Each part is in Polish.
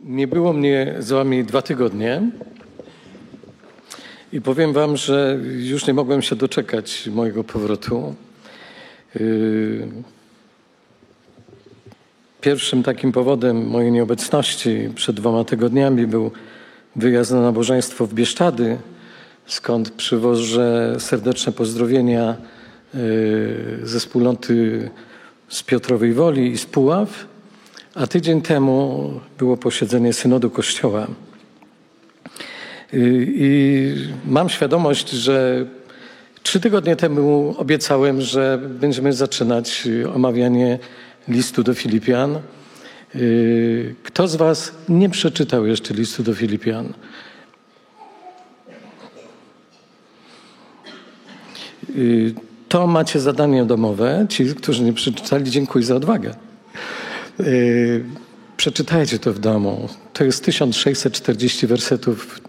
Nie było mnie z wami 2 tygodnie i powiem wam, że już nie mogłem się doczekać mojego powrotu. Pierwszym takim powodem mojej nieobecności przed 2 tygodniami był wyjazd na nabożeństwo w Bieszczady, skąd przywożę serdeczne pozdrowienia ze wspólnoty z Piotrowej Woli i z Puław, a tydzień temu było posiedzenie Synodu Kościoła. I mam świadomość, że 3 tygodnie temu obiecałem, że będziemy zaczynać omawianie listu do Filipian. Kto z was nie przeczytał jeszcze listu do Filipian? To macie zadanie domowe. Ci, którzy nie przeczytali, dziękuję za odwagę. Przeczytajcie to w domu. To jest 1640 wersetów,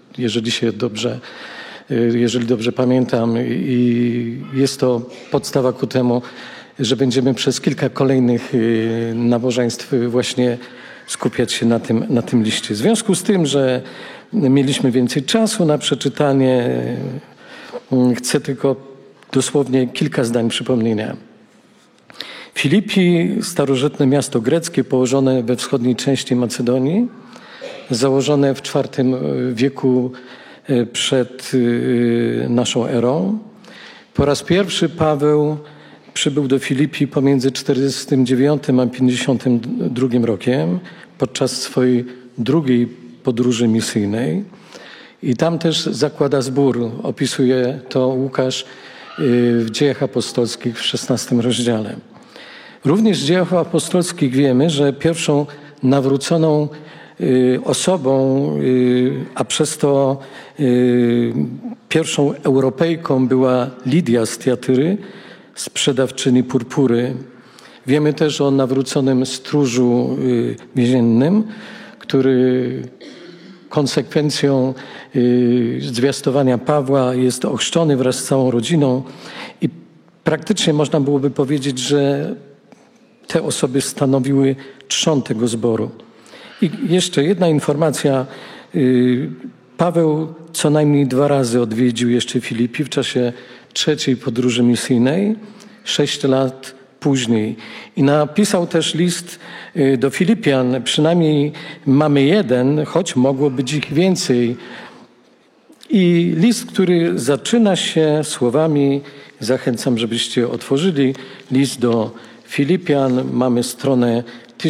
jeżeli dobrze pamiętam. I jest to podstawa ku temu, że będziemy przez kilka kolejnych nabożeństw właśnie skupiać się na tym liście. W związku z tym, że mieliśmy więcej czasu na przeczytanie, chcę tylko dosłownie kilka zdań przypomnienia. Filipi, starożytne miasto greckie położone we wschodniej części Macedonii, założone w IV wieku przed naszą erą. Po raz pierwszy Paweł przybył do Filipi pomiędzy 49 a 52 rokiem podczas swojej drugiej podróży misyjnej. I tam też zakłada zbór. Opisuje to Łukasz w Dziejach Apostolskich w 16 rozdziale. Również w Dziejach Apostolskich wiemy, że pierwszą nawróconą osobą, a przez to pierwszą Europejką była Lidia z Tiatyry, sprzedawczyni purpury. Wiemy też o nawróconym stróżu więziennym, który konsekwencją zwiastowania Pawła jest ochrzczony wraz z całą rodziną i praktycznie można byłoby powiedzieć, że te osoby stanowiły trzon tego zboru. I jeszcze jedna informacja. Paweł co najmniej 2 razy odwiedził jeszcze Filipi w czasie 3. podróży misyjnej, 6 lat później. I napisał też list do Filipian. Przynajmniej mamy 1, choć mogło być ich więcej. I list, który zaczyna się słowami, zachęcam, żebyście otworzyli list do Filipian. Mamy stronę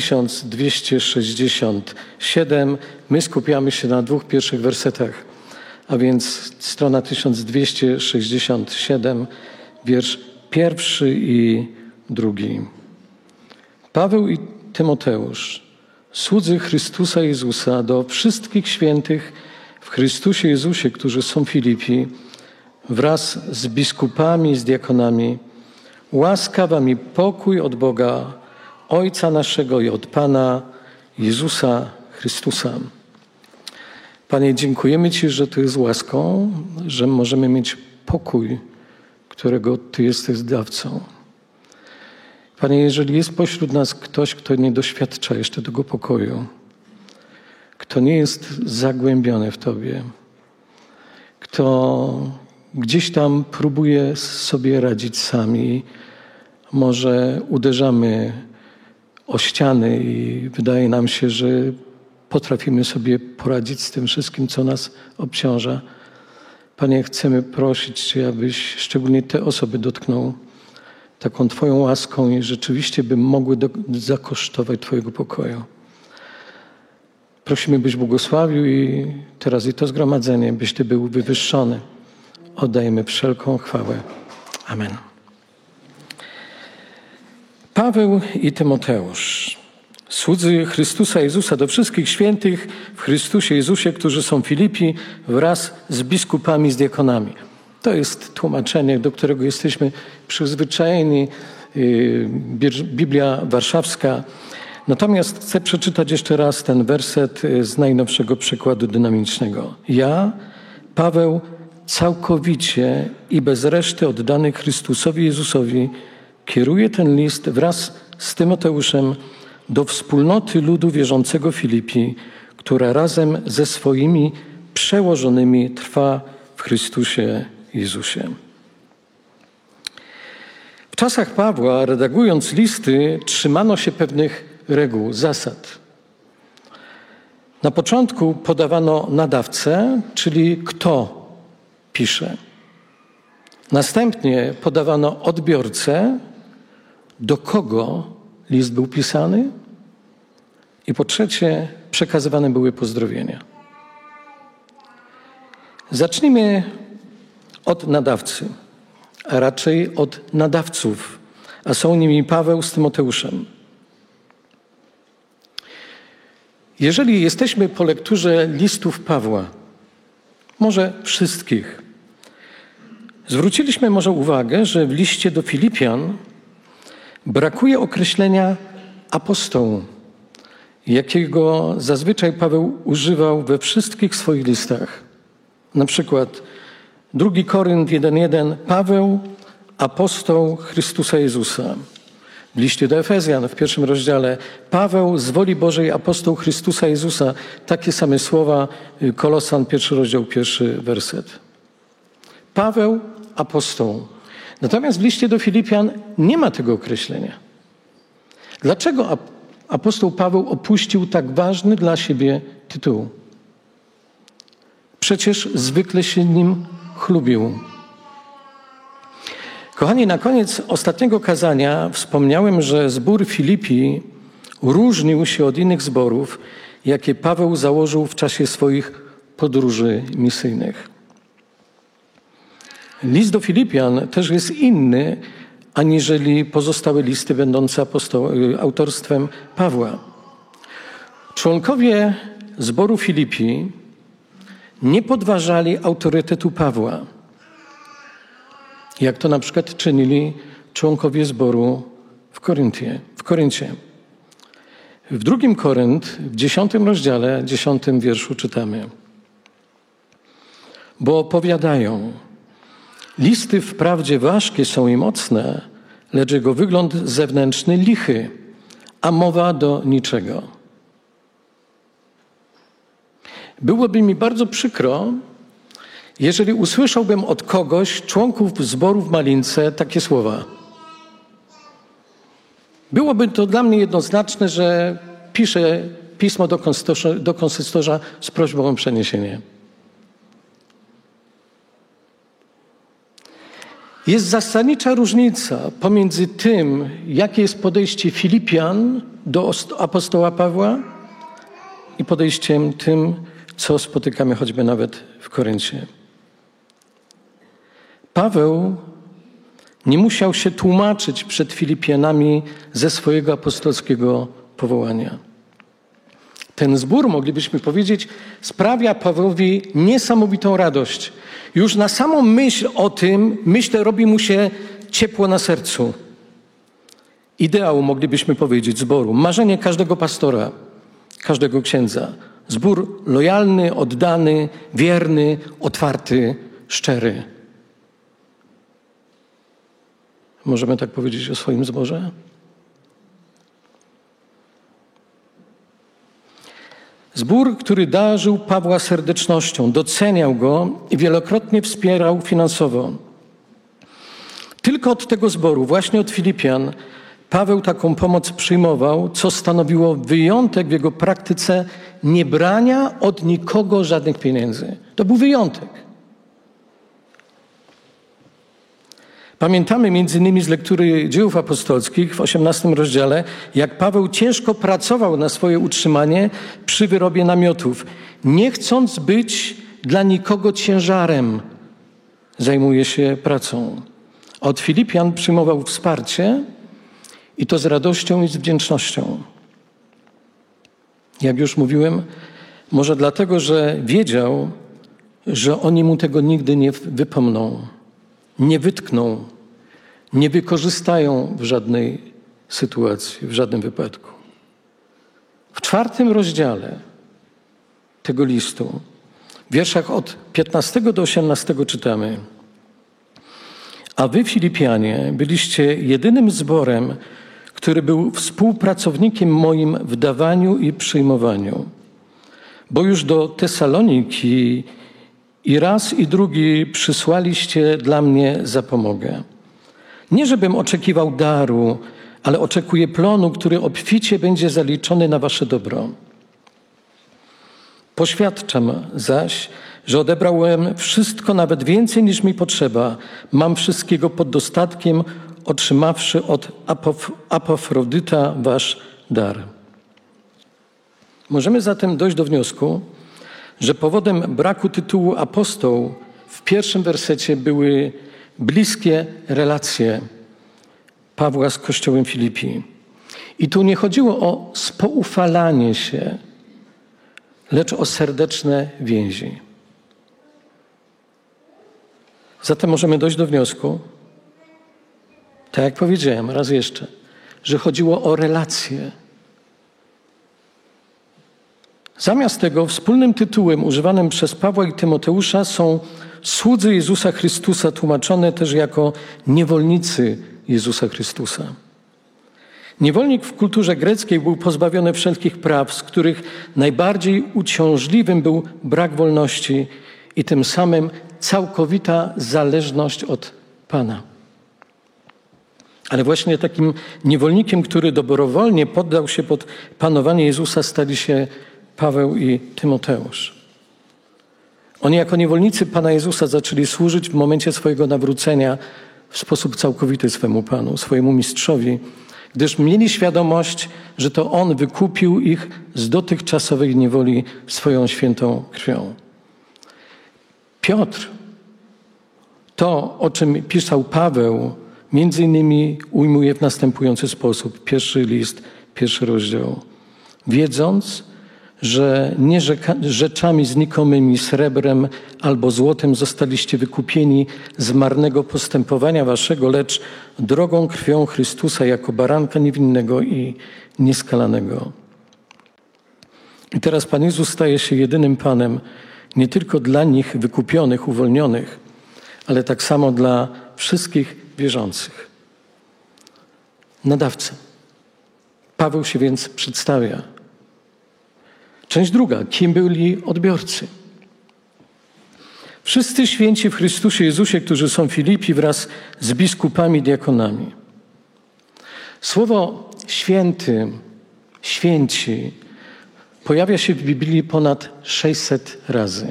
1267. My skupiamy się na 2 pierwszych wersetach. A więc strona 1267, wiersz 1 i 2. Paweł i Tymoteusz, słudzy Chrystusa Jezusa, do wszystkich świętych w Chrystusie Jezusie, którzy są w Filipi, wraz z biskupami, z diakonami, łaska wam i pokój od Boga, Ojca naszego i od Pana Jezusa Chrystusa. Panie, dziękujemy Ci, że Ty jest łaską, że możemy mieć pokój, którego Ty jesteś dawcą. Panie, jeżeli jest pośród nas ktoś, kto nie doświadcza jeszcze tego pokoju, kto nie jest zagłębiony w Tobie, kto gdzieś tam próbuje sobie radzić sami, może uderzamy o ściany i wydaje nam się, że potrafimy sobie poradzić z tym wszystkim, co nas obciąża. Panie, chcemy prosić Cię, abyś szczególnie te osoby dotknął taką Twoją łaską i rzeczywiście by mogły zakosztować Twojego pokoju. Prosimy, byś błogosławił i teraz i to zgromadzenie, byś Ty był wywyższony. Oddajemy wszelką chwałę. Amen. Paweł i Tymoteusz, słudzy Chrystusa Jezusa, do wszystkich świętych w Chrystusie Jezusie, którzy są w Filipi, wraz z biskupami, z diakonami. To jest tłumaczenie, do którego jesteśmy przyzwyczajeni, Biblia Warszawska. Natomiast chcę przeczytać jeszcze raz ten werset z najnowszego przekładu dynamicznego. Ja, Paweł, całkowicie i bez reszty oddany Chrystusowi Jezusowi, kieruję ten list wraz z Tymoteuszem do wspólnoty ludu wierzącego Filipi, która razem ze swoimi przełożonymi trwa w Chrystusie Jezusie. W czasach Pawła, redagując listy, trzymano się pewnych reguł, zasad. Na początku podawano nadawcę, czyli kto pisze. Następnie podawano odbiorcę, do kogo list był pisany. I po trzecie, przekazywane były pozdrowienia. Zacznijmy od nadawcy, a raczej od nadawców, a są nimi Paweł z Tymoteuszem. Jeżeli jesteśmy po lekturze listów Pawła, może wszystkich, zwróciliśmy może uwagę, że w liście do Filipian brakuje określenia apostołu, jakiego zazwyczaj Paweł używał we wszystkich swoich listach. Na przykład 2 Korynt 1:1 Paweł, apostoł Chrystusa Jezusa. W liście do Efezjan w 1 rozdziale Paweł z woli Bożej, apostoł Chrystusa Jezusa. Takie same słowa, Kolosan 1 rozdział 1 werset. Paweł, apostoł. Natomiast w liście do Filipian nie ma tego określenia. Dlaczego apostoł Paweł opuścił tak ważny dla siebie tytuł? Przecież zwykle się nim chlubił. Kochani, na koniec ostatniego kazania wspomniałem, że zbór Filipi różnił się od innych zborów, jakie Paweł założył w czasie swoich podróży misyjnych. List do Filipian też jest inny, aniżeli pozostałe listy będące autorstwem Pawła. Członkowie zboru Filipi nie podważali autorytetu Pawła, jak to na przykład czynili członkowie zboru w Koryncie. W 2 Korynt, w 10 rozdziale, 10 wierszu czytamy: bo opowiadają, listy wprawdzie ważkie są i mocne, lecz jego wygląd zewnętrzny lichy, a mowa do niczego. Byłoby mi bardzo przykro, jeżeli usłyszałbym od kogoś, członków zboru w Malince, takie słowa. Byłoby to dla mnie jednoznaczne, że piszę pismo do konsystorza z prośbą o przeniesienie. Jest zasadnicza różnica pomiędzy tym, jakie jest podejście Filipian do apostoła Pawła i podejściem tym, co spotykamy choćby nawet w Koryncie. Paweł nie musiał się tłumaczyć przed Filipianami ze swojego apostolskiego powołania. Ten zbór, moglibyśmy powiedzieć, sprawia Pawłowi niesamowitą radość. Już na samą myśl o tym, myślę, robi mu się ciepło na sercu. Ideał, moglibyśmy powiedzieć, zboru, marzenie każdego pastora, każdego księdza. Zbór lojalny, oddany, wierny, otwarty, szczery. Możemy tak powiedzieć o swoim zborze? Zbór, który darzył Pawła serdecznością, doceniał go i wielokrotnie wspierał finansowo. Tylko od tego zboru, właśnie od Filipian, Paweł taką pomoc przyjmował, co stanowiło wyjątek w jego praktyce niebrania od nikogo żadnych pieniędzy. To był wyjątek. Pamiętamy między innymi z lektury Dziejów Apostolskich w 18 rozdziale, jak Paweł ciężko pracował na swoje utrzymanie przy wyrobie namiotów. Nie chcąc być dla nikogo ciężarem, zajmuje się pracą. Od Filipian przyjmował wsparcie i to z radością i z wdzięcznością. Jak już mówiłem, może dlatego, że wiedział, że oni mu tego nigdy nie wypomną, nie wytkną, nie wykorzystają w żadnej sytuacji, w żadnym wypadku. W 4 rozdziale tego listu, w wierszach od 15 do 18 czytamy: a wy, Filipianie, byliście jedynym zborem, który był współpracownikiem moim w dawaniu i przyjmowaniu. bo już do Tesaloniki i raz i drugi przysłaliście dla mnie zapomogę. Nie żebym oczekiwał daru, ale oczekuję plonu, który obficie będzie zaliczony na wasze dobro. Poświadczam zaś, że odebrałem wszystko, nawet więcej niż mi potrzeba. Mam wszystkiego pod dostatkiem, otrzymawszy od Epafrodyta wasz dar. Możemy zatem dojść do wniosku, że powodem braku tytułu apostoł w pierwszym wersecie były bliskie relacje Pawła z Kościołem Filipi. I tu nie chodziło o spoufalanie się, lecz o serdeczne więzi. Zatem możemy dojść do wniosku, tak jak powiedziałem raz jeszcze, że chodziło o relacje. Zamiast tego wspólnym tytułem używanym przez Pawła i Tymoteusza są słudzy Jezusa Chrystusa, tłumaczone też jako niewolnicy Jezusa Chrystusa. Niewolnik w kulturze greckiej był pozbawiony wszelkich praw, z których najbardziej uciążliwym był brak wolności i tym samym całkowita zależność od Pana. Ale właśnie takim niewolnikiem, który dobrowolnie poddał się pod panowanie Jezusa, stali się Paweł i Tymoteusz. Oni jako niewolnicy Pana Jezusa zaczęli służyć w momencie swojego nawrócenia w sposób całkowity swemu Panu, swojemu mistrzowi, gdyż mieli świadomość, że to On wykupił ich z dotychczasowej niewoli swoją świętą krwią. Piotr, to o czym pisał Paweł, między innymi ujmuje w następujący sposób. Pierwszy list, pierwszy rozdział. Wiedząc, że nie rzeczami znikomymi, srebrem albo złotem zostaliście wykupieni z marnego postępowania waszego, lecz drogą krwią Chrystusa jako baranka niewinnego i nieskalanego. I teraz Pan Jezus staje się jedynym Panem nie tylko dla nich wykupionych, uwolnionych, ale tak samo dla wszystkich wierzących. Nadawca. Paweł się więc przedstawia. Część druga. Kim byli odbiorcy? Wszyscy święci w Chrystusie Jezusie, którzy są w Filipi wraz z biskupami i diakonami. Słowo święty, święci pojawia się w Biblii ponad 600 razy.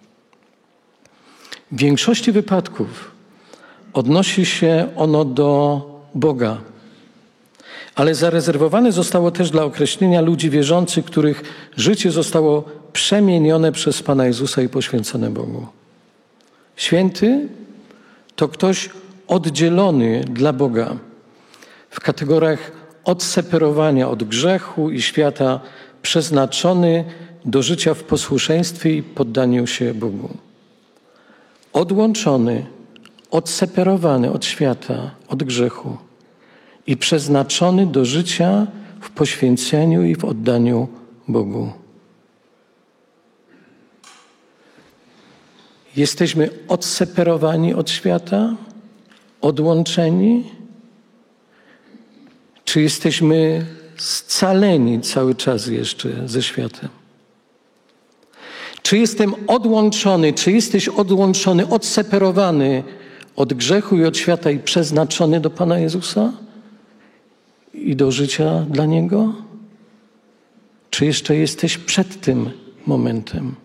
W większości wypadków odnosi się ono do Boga, ale zarezerwowane zostało też dla określenia ludzi wierzących, których życie zostało przemienione przez Pana Jezusa i poświęcone Bogu. Święty to ktoś oddzielony dla Boga w kategoriach odseparowania od grzechu i świata, przeznaczony do życia w posłuszeństwie i poddaniu się Bogu. Odłączony, odseparowany od świata, od grzechu i przeznaczony do życia w poświęceniu i w oddaniu Bogu. Jesteśmy odseparowani od świata, odłączeni, czy jesteśmy scaleni cały czas jeszcze ze światem? Czy jestem odłączony, czy jesteś odłączony, odseparowany od grzechu i od świata i przeznaczony do Pana Jezusa i do życia dla Niego? Czy jeszcze jesteś przed tym momentem?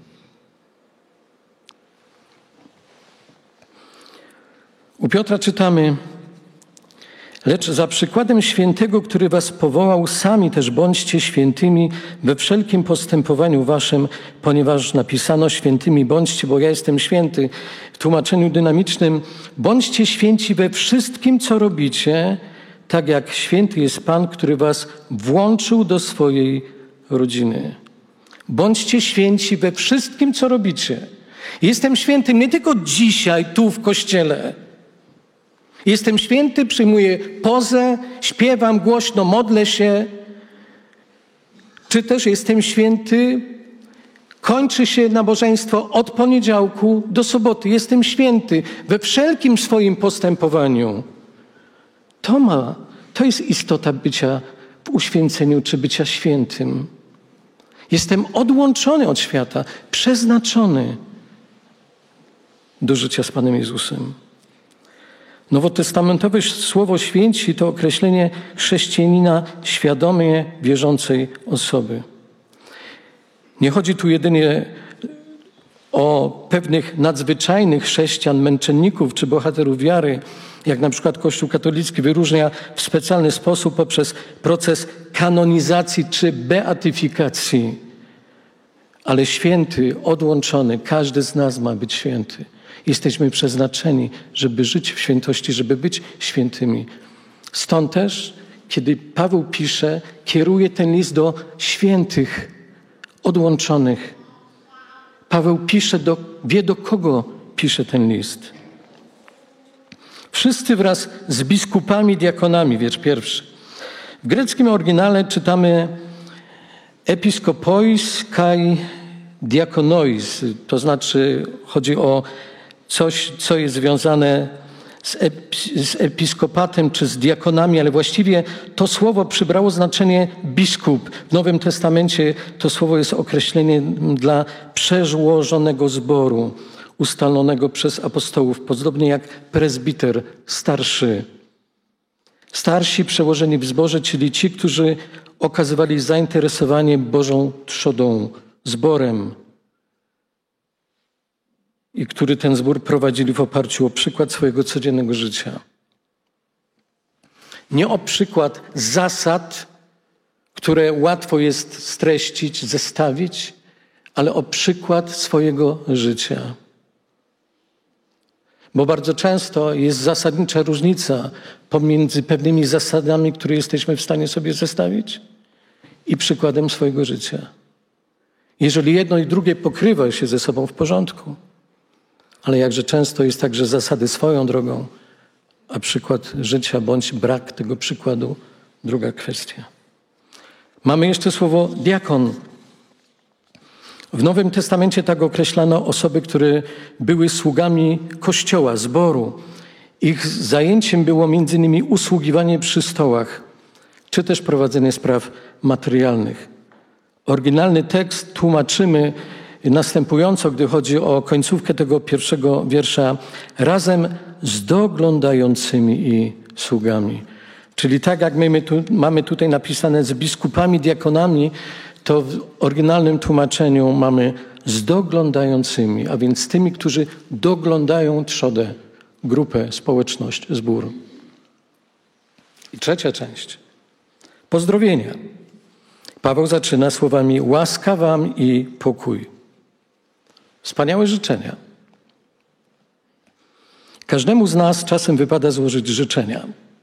U Piotra czytamy: lecz za przykładem świętego, który was powołał, sami też bądźcie świętymi we wszelkim postępowaniu waszym, ponieważ napisano: świętymi bądźcie, bo ja jestem święty. W tłumaczeniu dynamicznym: bądźcie święci we wszystkim, co robicie, tak jak święty jest Pan, który was włączył do swojej rodziny. Bądźcie święci we wszystkim, co robicie. Jestem świętym nie tylko dzisiaj, tu w kościele. Jestem święty, przyjmuję pozę, śpiewam głośno, modlę się. Czy też jestem święty, kończy się nabożeństwo od poniedziałku do soboty. Jestem święty we wszelkim swoim postępowaniu. To jest istota bycia w uświęceniu czy bycia świętym. Jestem odłączony od świata, przeznaczony do życia z Panem Jezusem. Nowotestamentowe słowo święci to określenie chrześcijanina świadomie wierzącej osoby. Nie chodzi tu jedynie o pewnych nadzwyczajnych chrześcijan, męczenników czy bohaterów wiary, jak na przykład Kościół katolicki wyróżnia w specjalny sposób poprzez proces kanonizacji czy beatyfikacji. Ale święty, odłączony, każdy z nas ma być święty. Jesteśmy przeznaczeni, żeby żyć w świętości, żeby być świętymi. Stąd też, kiedy Paweł pisze, kieruje ten list do świętych, odłączonych. Paweł pisze, wie do kogo pisze ten list. Wszyscy wraz z biskupami, diakonami, wiersz 1. W greckim oryginale czytamy episkopois kai diakonois, to znaczy chodzi o coś, co jest związane z episkopatem czy z diakonami, ale właściwie to słowo przybrało znaczenie biskup. W Nowym Testamencie to słowo jest określeniem dla przełożonego zboru ustalonego przez apostołów, podobnie jak prezbiter, starszy. Starsi przełożeni w zborze, czyli ci, którzy okazywali zainteresowanie Bożą trzodą, zborem i który ten zbór prowadzili w oparciu o przykład swojego codziennego życia. Nie o przykład zasad, które łatwo jest streścić, zestawić, ale o przykład swojego życia. Bo bardzo często jest zasadnicza różnica pomiędzy pewnymi zasadami, które jesteśmy w stanie sobie zestawić, i przykładem swojego życia. Jeżeli jedno i drugie pokrywa się ze sobą w porządku, ale jakże często jest tak, że zasady swoją drogą, a przykład życia bądź brak tego przykładu druga kwestia. Mamy jeszcze słowo diakon. W Nowym Testamencie tak określano osoby, które były sługami Kościoła, zboru. Ich zajęciem było m.in. usługiwanie przy stołach, czy też prowadzenie spraw materialnych. Oryginalny tekst tłumaczymy następująco, gdy chodzi o końcówkę tego pierwszego wiersza, razem z doglądającymi i sługami. Czyli tak jak mamy tutaj napisane z biskupami, diakonami, to w oryginalnym tłumaczeniu mamy z doglądającymi, a więc z tymi, którzy doglądają trzodę, grupę, społeczność, zbór. I trzecia część. Pozdrowienia. Paweł zaczyna słowami łaska wam i pokój. Wspaniałe życzenia. Każdemu z nas czasem wypada złożyć życzenia.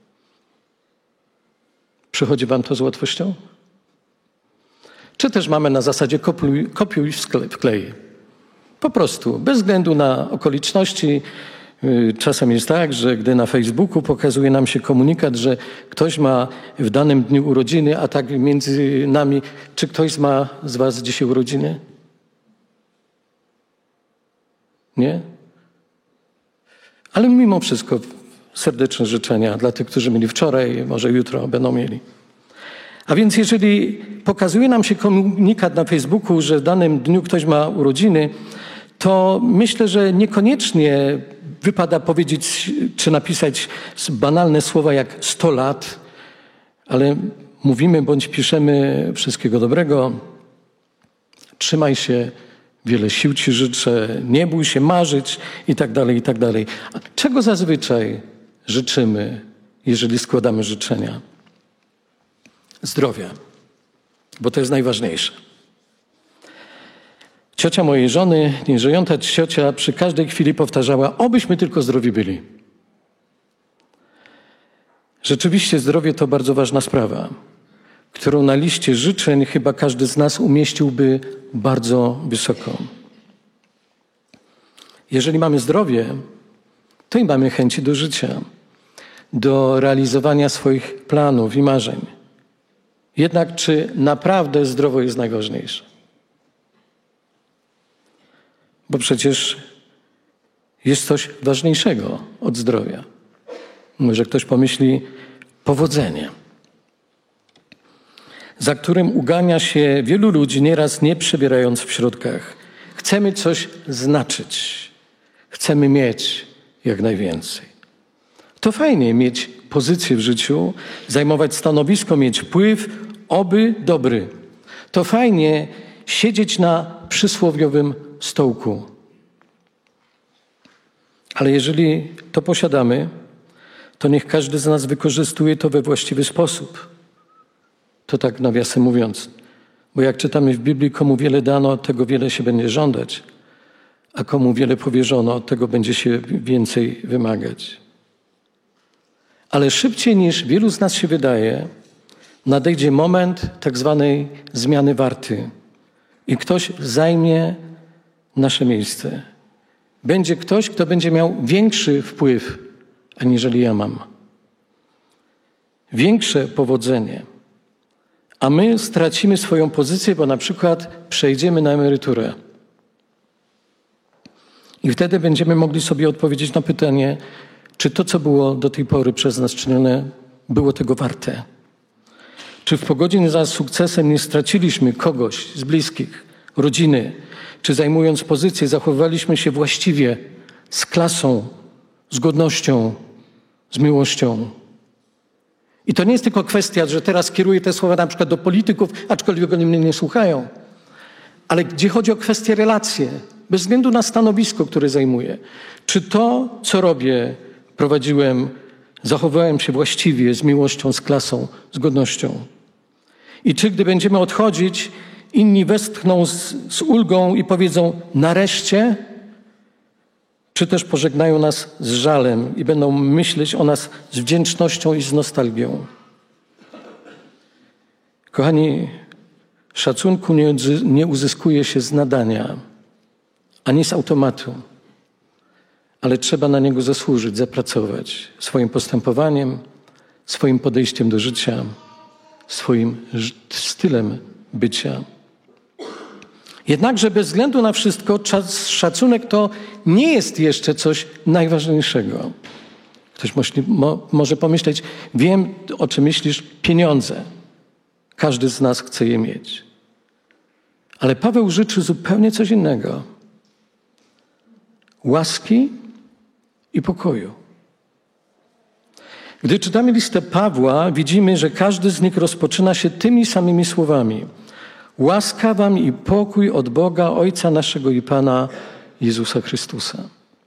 Przychodzi wam to z łatwością? Czy też mamy na zasadzie kopiuj wklej? Po prostu, bez względu na okoliczności. Czasem jest tak, że gdy na Facebooku pokazuje nam się komunikat, że ktoś ma w danym dniu urodziny, a tak między nami, czy ktoś ma z was dzisiaj urodziny? Nie? Ale mimo wszystko serdeczne życzenia dla tych, którzy mieli wczoraj, może jutro będą mieli. A więc jeżeli pokazuje nam się komunikat na Facebooku, że w danym dniu ktoś ma urodziny, to myślę, że niekoniecznie wypada powiedzieć czy napisać banalne słowa jak 100 lat, ale mówimy bądź piszemy wszystkiego dobrego, trzymaj się, wiele sił ci życzę, nie bój się marzyć i tak dalej, i tak dalej. A czego zazwyczaj życzymy, jeżeli składamy życzenia? Zdrowia, bo to jest najważniejsze. Ciocia mojej żony, nieżyjąca ciocia, przy każdej chwili powtarzała, obyśmy tylko zdrowi byli. Rzeczywiście zdrowie to bardzo ważna sprawa, którą na liście życzeń chyba każdy z nas umieściłby bardzo wysoko. Jeżeli mamy zdrowie, to i mamy chęci do życia, do realizowania swoich planów i marzeń. Jednak czy naprawdę zdrowo jest najważniejsze? Bo przecież jest coś ważniejszego od zdrowia. Może ktoś pomyśli powodzenie. za którym ugania się wielu ludzi, nieraz nie przebierając w środkach. Chcemy coś znaczyć. Chcemy mieć jak najwięcej. To fajnie mieć pozycję w życiu, zajmować stanowisko, mieć wpływ, oby dobry. To fajnie siedzieć na przysłowiowym stołku. Ale jeżeli to posiadamy, to niech każdy z nas wykorzystuje to we właściwy sposób. To tak nawiasem mówiąc. Bo jak czytamy w Biblii, komu wiele dano, tego wiele się będzie żądać, a komu wiele powierzono, tego będzie się więcej wymagać. Ale szybciej niż wielu z nas się wydaje, nadejdzie moment tak zwanej zmiany warty i ktoś zajmie nasze miejsce. Będzie ktoś, kto będzie miał większy wpływ, aniżeli ja mam. Większe powodzenie. A my stracimy swoją pozycję, bo na przykład przejdziemy na emeryturę. I wtedy będziemy mogli sobie odpowiedzieć na pytanie, czy to, co było do tej pory przez nas czynione, było tego warte? Czy w pogodzie za sukcesem nie straciliśmy kogoś z bliskich, rodziny? Czy zajmując pozycję zachowywaliśmy się właściwie, z klasą, z godnością, z miłością? I to nie jest tylko kwestia, że teraz kieruję te słowa na przykład do polityków, aczkolwiek oni mnie nie słuchają, ale gdzie chodzi o kwestię relacji, bez względu na stanowisko, które zajmuję. Czy to, co robię, prowadziłem, zachowałem się właściwie, z miłością, z klasą, z godnością? I czy gdy będziemy odchodzić, inni westchną z ulgą i powiedzą nareszcie, czy też pożegnają nas z żalem i będą myśleć o nas z wdzięcznością i z nostalgią? Kochani, szacunku nie uzyskuje się z nadania, ani z automatu, ale trzeba na niego zasłużyć, zapracować swoim postępowaniem, swoim podejściem do życia, swoim stylem bycia. Jednakże bez względu na wszystko szacunek to nie jest jeszcze coś najważniejszego. Ktoś może pomyśleć, wiem, o czym myślisz, pieniądze. Każdy z nas chce je mieć. Ale Paweł życzy zupełnie coś innego. Łaski i pokoju. Gdy czytamy listę Pawła, widzimy, że każdy z nich rozpoczyna się tymi samymi słowami. Łaska wam i pokój od Boga, Ojca naszego i Pana Jezusa Chrystusa.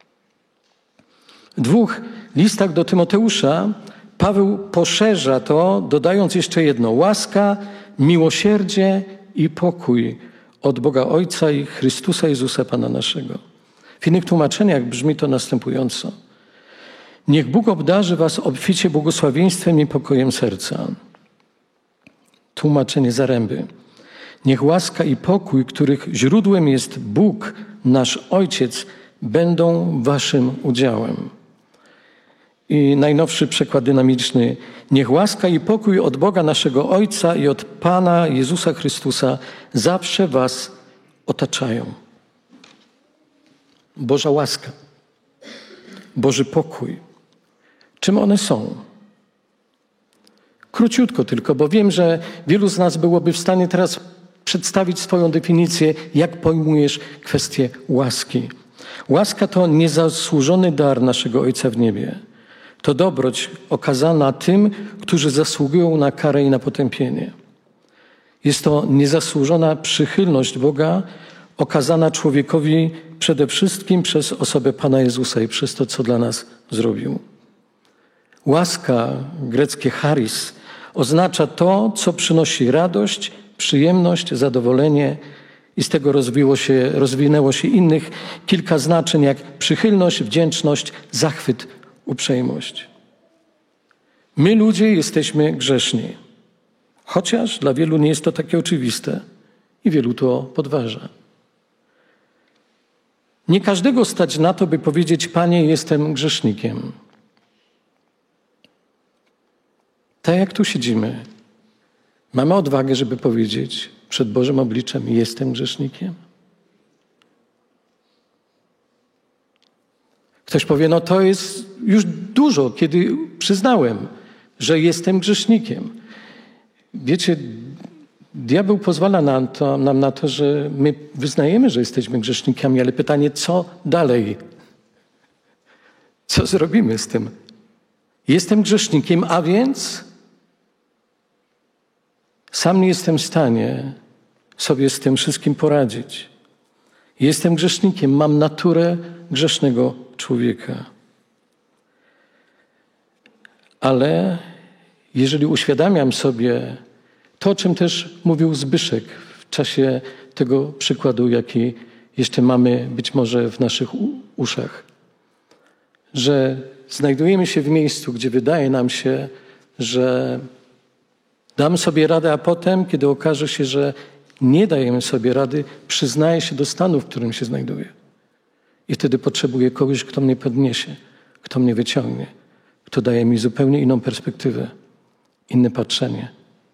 W 2 listach do Tymoteusza Paweł poszerza to, dodając jeszcze jedno. Łaska, miłosierdzie i pokój od Boga Ojca i Chrystusa Jezusa Pana naszego. W innych tłumaczeniach brzmi to następująco. Niech Bóg obdarzy was obficie błogosławieństwem i pokojem serca. Tłumaczenie Zaręby. Niech łaska i pokój, których źródłem jest Bóg, nasz Ojciec, będą waszym udziałem. I najnowszy przekład dynamiczny. Niech łaska i pokój od Boga naszego Ojca i od Pana Jezusa Chrystusa zawsze was otaczają. Boża łaska, Boży pokój. Czym one są? Króciutko tylko, bo wiem, że wielu z nas byłoby w stanie teraz przedstawić swoją definicję, jak pojmujesz kwestię łaski. Łaska to niezasłużony dar naszego Ojca w niebie. To dobroć okazana tym, którzy zasługują na karę i na potępienie. Jest to niezasłużona przychylność Boga okazana człowiekowi przede wszystkim przez osobę Pana Jezusa i przez to, co dla nas zrobił. Łaska, greckie charis, oznacza to, co przynosi radość, przyjemność, zadowolenie i z tego rozwinęło się innych kilka znaczeń, jak przychylność, wdzięczność, zachwyt, uprzejmość. My ludzie jesteśmy grzeszni, chociaż dla wielu nie jest to takie oczywiste i wielu to podważa. Nie każdego stać na to, by powiedzieć: Panie, jestem grzesznikiem. Tak jak tu siedzimy, mamy odwagę, żeby powiedzieć przed Bożym obliczem: jestem grzesznikiem. Ktoś powie: no to jest już dużo, kiedy przyznałem, że jestem grzesznikiem. Wiecie, Diabeł pozwala nam na to, że my wyznajemy, że jesteśmy grzesznikami, ale pytanie, co dalej? Co zrobimy z tym? Jestem grzesznikiem, a więc sam nie jestem w stanie sobie z tym wszystkim poradzić. Jestem grzesznikiem, mam naturę grzesznego człowieka. Ale jeżeli uświadamiam sobie to, o czym też mówił Zbyszek w czasie tego przykładu, jaki jeszcze mamy być może w naszych uszach, że znajdujemy się w miejscu, gdzie wydaje nam się, że dam sobie radę, a potem, kiedy okaże się, że nie dajemy sobie rady, przyznaję się do stanu, w którym się znajduję. I wtedy potrzebuję kogoś, kto mnie podniesie, kto mnie wyciągnie, kto daje mi zupełnie inną perspektywę, inne patrzenie.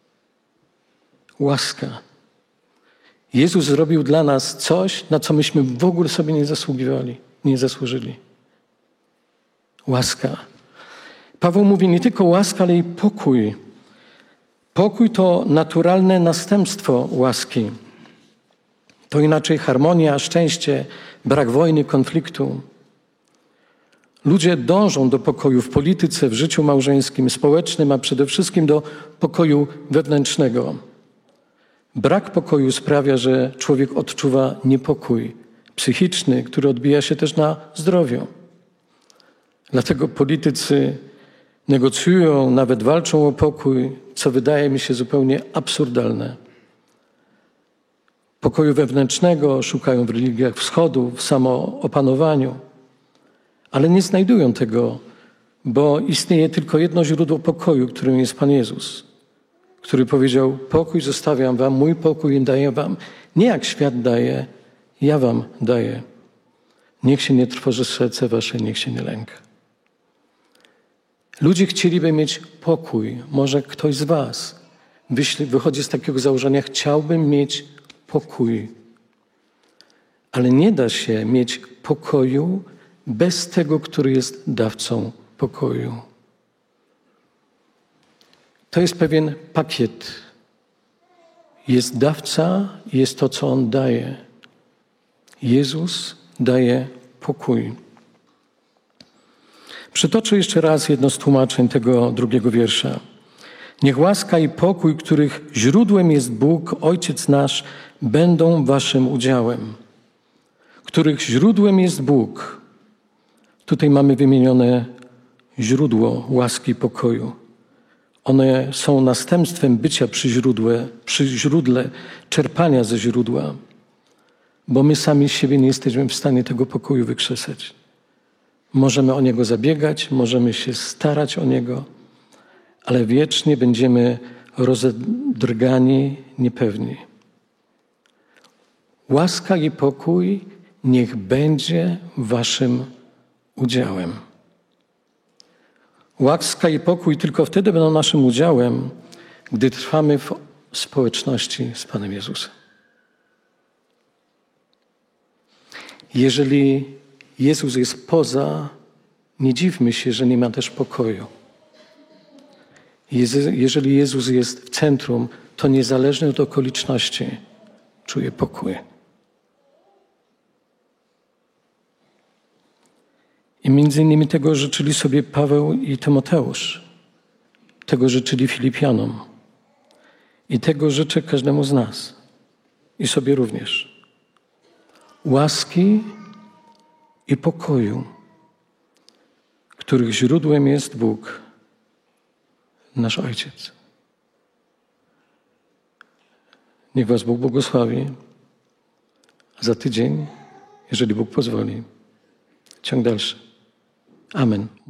Łaska. Jezus zrobił dla nas coś, na co myśmy w ogóle sobie nie zasłużyli. Łaska. Paweł mówi nie tylko łaska, ale i pokój. Pokój to naturalne następstwo łaski. To inaczej harmonia, szczęście, brak wojny, konfliktu. Ludzie dążą do pokoju w polityce, w życiu małżeńskim, społecznym, a przede wszystkim do pokoju wewnętrznego. Brak pokoju sprawia, że człowiek odczuwa niepokój psychiczny, który odbija się też na zdrowiu. Dlatego politycy negocjują, nawet walczą o pokój, co wydaje mi się zupełnie absurdalne. Pokoju wewnętrznego szukają w religiach wschodu, w samoopanowaniu, ale nie znajdują tego, bo istnieje tylko jedno źródło pokoju, którym jest Pan Jezus, który powiedział: pokój zostawiam wam, mój pokój daję wam. Nie jak świat daje, ja wam daję. Niech się nie trwoży serce wasze, niech się nie lęka. Ludzie chcieliby mieć pokój. Może ktoś z was wychodzi z takiego założenia: chciałbym mieć pokój. Ale nie da się mieć pokoju bez tego, który jest dawcą pokoju. To jest pewien pakiet. Jest dawca, jest to, co On daje. Jezus daje pokój. Przytoczę jeszcze raz jedno z tłumaczeń tego drugiego wiersza. Niech łaska i pokój, których źródłem jest Bóg, Ojciec nasz, będą waszym udziałem. Których źródłem jest Bóg. Tutaj mamy wymienione źródło łaski i pokoju. One są następstwem bycia przy źródle, czerpania ze źródła, bo my sami z siebie nie jesteśmy w stanie tego pokoju wykrzesać. Możemy o niego zabiegać, możemy się starać o niego, ale wiecznie będziemy rozedrgani, niepewni. Łaska i pokój niech będzie waszym udziałem. Łaska i pokój tylko wtedy będą naszym udziałem, gdy trwamy w społeczności z Panem Jezusem. Jeżeli Jezus jest poza, nie dziwmy się, że nie ma też pokoju. Jeżeli Jezus jest w centrum, to niezależnie od okoliczności czuje pokój. I między innymi tego życzyli sobie Paweł i Tymoteusz. Tego życzyli Filipianom. I tego życzę każdemu z nas. I sobie również. Łaski i pokoju, których źródłem jest Bóg, nasz Ojciec. Niech was Bóg błogosławi. Za tydzień, jeżeli Bóg pozwoli, ciąg dalszy. Amen.